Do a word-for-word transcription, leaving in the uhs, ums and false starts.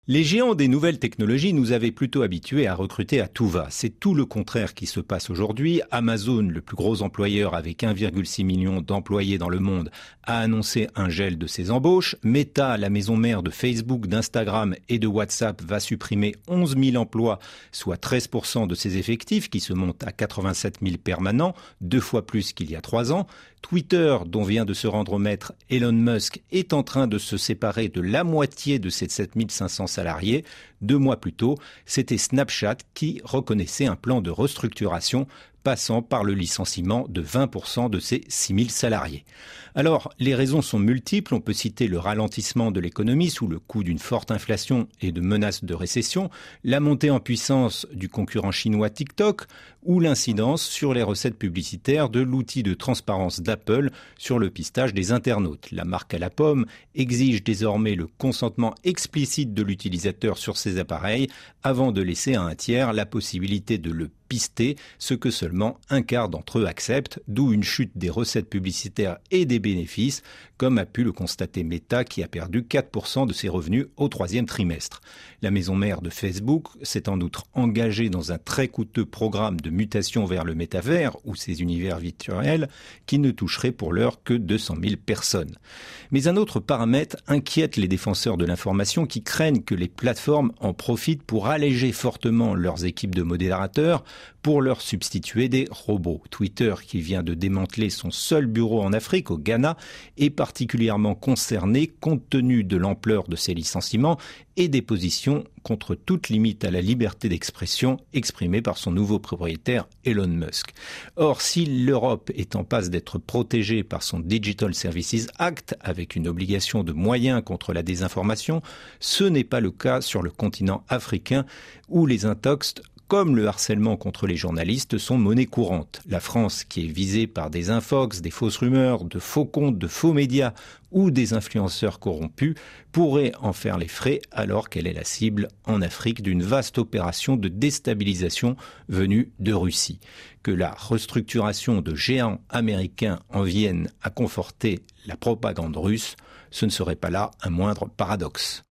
Les géants des nouvelles technologies nous avaient plutôt habitués à recruter à tout va. C'est tout le contraire qui se passe aujourd'hui. Amazon, le plus gros employeur avec un virgule six million d'employés dans le monde, a annoncé un gel de ses embauches. Meta, la maison mère de Facebook, d'Instagram et de WhatsApp, va supprimer onze mille emplois, soit treize pour cent de ses effectifs, qui se montent à quatre-vingt-sept mille permanents, deux fois plus qu'il y a trois ans. Twitter, dont vient de se rendre maître Elon Musk, est en train de se séparer de la moitié de ses sept mille cinq cents salariés. Deux mois plus tôt, c'était Snapchat qui reconnaissait un plan de restructuration passant par le licenciement de vingt pour cent de ses six mille salariés. Alors, les raisons sont multiples. On peut citer le ralentissement de l'économie sous le coup d'une forte inflation et de menaces de récession, la montée en puissance du concurrent chinois TikTok ou l'incidence sur les recettes publicitaires de l'outil de transparence d'Apple sur le pistage des internautes. La marque à la pomme exige désormais le consentement explicite de l'utilisateur sur ses appareils avant de laisser à un tiers la possibilité de le pister, ce que seulement un quart d'entre eux acceptent, d'où une chute des recettes publicitaires et des bénéfices, comme a pu le constater Meta qui a perdu quatre pour cent de ses revenus au troisième trimestre. La maison mère de Facebook s'est en outre engagée dans un très coûteux programme de mutation vers le métavers ou ses univers virtuels qui ne toucherait pour l'heure que deux cent mille personnes. Mais un autre paramètre inquiète les défenseurs de l'information qui craignent que les plateformes en profitent pour alléger fortement leurs équipes de modérateurs pour leur substituer des robots. Twitter, qui vient de démanteler son seul bureau en Afrique, au Ghana, est particulièrement concerné compte tenu de l'ampleur de ses licenciements et des positions contre toute limite à la liberté d'expression exprimée par son nouveau propriétaire Elon Musk. Or, si l'Europe est en passe d'être protégée par son Digital Services Act avec une obligation de moyens contre la désinformation, ce n'est pas le cas sur le continent africain où les intox comme le harcèlement contre les journalistes sont monnaie courante. La France, qui est visée par des infox, des fausses rumeurs, de faux comptes, de faux médias ou des influenceurs corrompus, pourrait en faire les frais alors qu'elle est la cible en Afrique d'une vaste opération de déstabilisation venue de Russie. Que la restructuration de géants américains en vienne à conforter la propagande russe, ce ne serait pas là un moindre paradoxe.